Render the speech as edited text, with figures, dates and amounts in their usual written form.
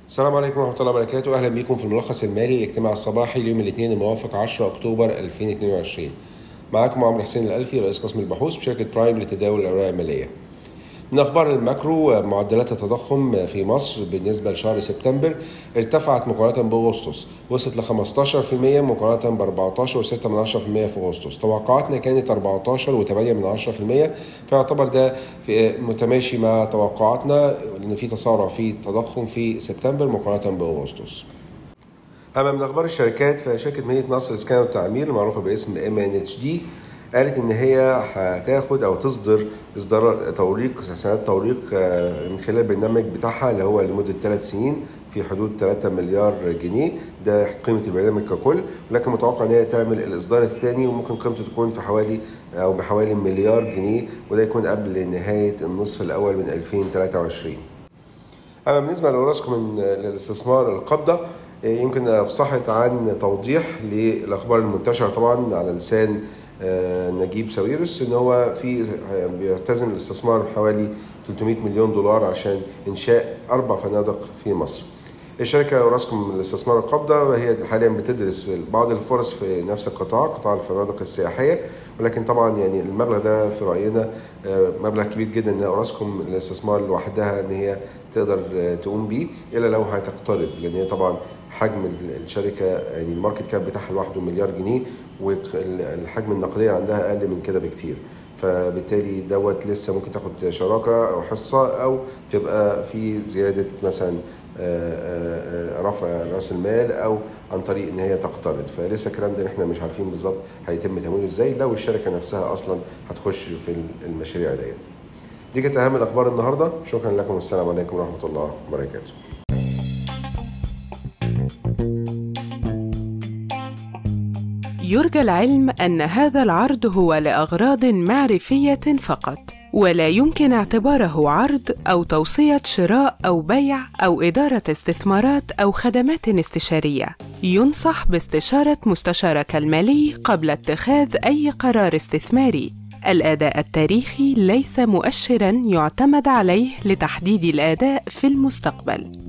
السلام عليكم ورحمة الله وبركاته. أهلا بكم في الملخص المالي الاجتماعي الصباحي ليوم الاثنين الموافق 10 أكتوبر 2022. معكم عمرو حسين الألفي رئيس قسم البحوث بشركة برايم لتداول الأوراق المالية. من أخبار الماكرو، معدلات التضخم في مصر بالنسبة لشهر سبتمبر ارتفعت مقارنة بأغسطس، وصلت ل 15% مقارنة ب 14.6% في أغسطس. توقعاتنا كانت 14.8%، فيعتبر ده متماشي مع توقعاتنا لأن في تسارع في التضخم في سبتمبر مقارنة بأغسطس. أما من أخبار الشركات، فشركة مدينة نصر للإسكان والتعمير المعروفة باسم MNHD قالت إن هي هتاخد أو تصدر إصدار توريق سندات توريق من خلال البرنامج بتاعها اللي هو لمدة 3 سنين في حدود 3 مليار جنيه. ده قيمة البرنامج ككل، ولكن متوقع إن هي تعمل الإصدار الثاني وممكن قيمته تكون في بحوالي مليار جنيه، وده يكون قبل نهاية النصف الأول من 2023. أما بالنسبة لأوراسكوم للاستثمار القبضة، يمكن أفصحت عن توضيح للأخبار المنتشرة طبعا على لسان نجيب ساويرس إن هو بيعتزم الاستثمار حوالي 300 مليون دولار عشان إنشاء 4 فنادق في مصر. الشركة أوراسكوم للاستثمار القبضة وهي حاليا بتدرس بعض الفرص في نفس قطاع الفنادق السياحية، ولكن طبعا يعني المبلغ ده في رأينا مبلغ كبير جدا ان أوراسكوم للاستثمار لوحدها ان هي تقدر تقوم بيه، الا لو هتقترض، لان هي طبعا حجم الشركة يعني الماركت كاب بتاعها لوحده مليار جنيه، والحجم النقدية عندها اقل من كده بكتير، فبالتالي لسه ممكن تاخد شراكة او حصة او تبقى في زيادة مثلا رفع راس المال او عن طريق ان هي تقترض. فلسه الكلام ده احنا مش عارفين بالظبط هيتم تمويله ازاي لو الشركه نفسها اصلا هتخش في المشاريع ديت. دي كانت اهم الاخبار النهارده. شكرا لكم والسلام عليكم ورحمه الله وبركاته. يرجى العلم أن هذا العرض هو لأغراض معرفية فقط، ولا يمكن اعتباره عرض أو توصية شراء أو بيع أو إدارة استثمارات أو خدمات استشارية. ينصح باستشارة مستشارك المالي قبل اتخاذ أي قرار استثماري. الأداء التاريخي ليس مؤشراً يعتمد عليه لتحديد الأداء في المستقبل.